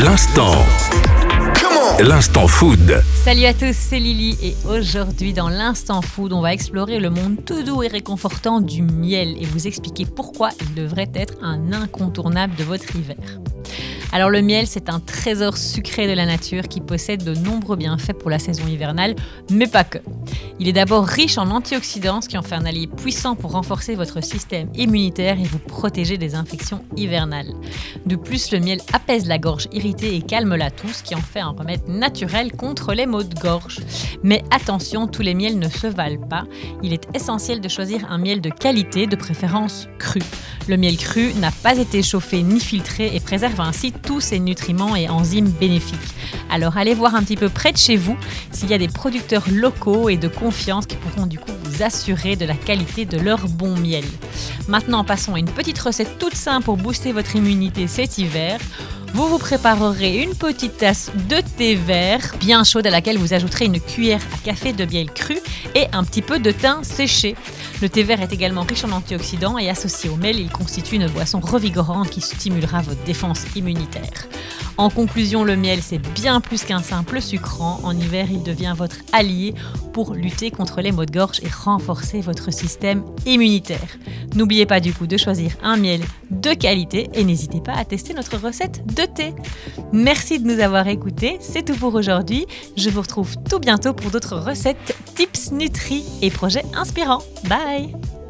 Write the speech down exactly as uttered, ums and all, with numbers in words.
L'instant. L'instant food. Salut à tous, c'est Lily et aujourd'hui dans l'Instant Food, on va explorer le monde tout doux et réconfortant du miel et vous expliquer pourquoi il devrait être un incontournable de votre hiver. Alors le miel, c'est un trésor sucré de la nature qui possède de nombreux bienfaits pour la saison hivernale, mais pas que. Il est d'abord riche en antioxydants, ce qui en fait un allié puissant pour renforcer votre système immunitaire et vous protéger des infections hivernales. De plus, le miel apaise la gorge irritée et calme la toux, ce qui en fait un remède naturel contre les maux de gorge. Mais attention, tous les miels ne se valent pas. Il est essentiel de choisir un miel de qualité, de préférence cru. Le miel cru n'a pas été chauffé ni filtré et préserve ainsi tous ses nutriments et enzymes bénéfiques. Alors allez voir un petit peu près de chez vous s'il y a des producteurs locaux et de confiance qui pourront du coup vous assurer de la qualité de leur bon miel. Maintenant, passons à une petite recette toute simple pour booster votre immunité cet hiver. Vous vous préparerez une petite tasse de thé vert bien chaude à laquelle vous ajouterez une cuillère à café de miel cru et un petit peu de thym séché. Le thé vert est également riche en antioxydants et associé au miel, il constitue une boisson revigorante qui stimulera votre défense immunitaire. En conclusion, le miel, c'est bien plus qu'un simple sucrant. En hiver, il devient votre allié pour lutter contre les maux de gorge et renforcer votre système immunitaire. N'oubliez pas du coup de choisir un miel de qualité et n'hésitez pas à tester notre recette de thé. Merci de nous avoir écoutés, c'est tout pour aujourd'hui. Je vous retrouve tout bientôt pour d'autres recettes, tips, nutri et projets inspirants. Bye!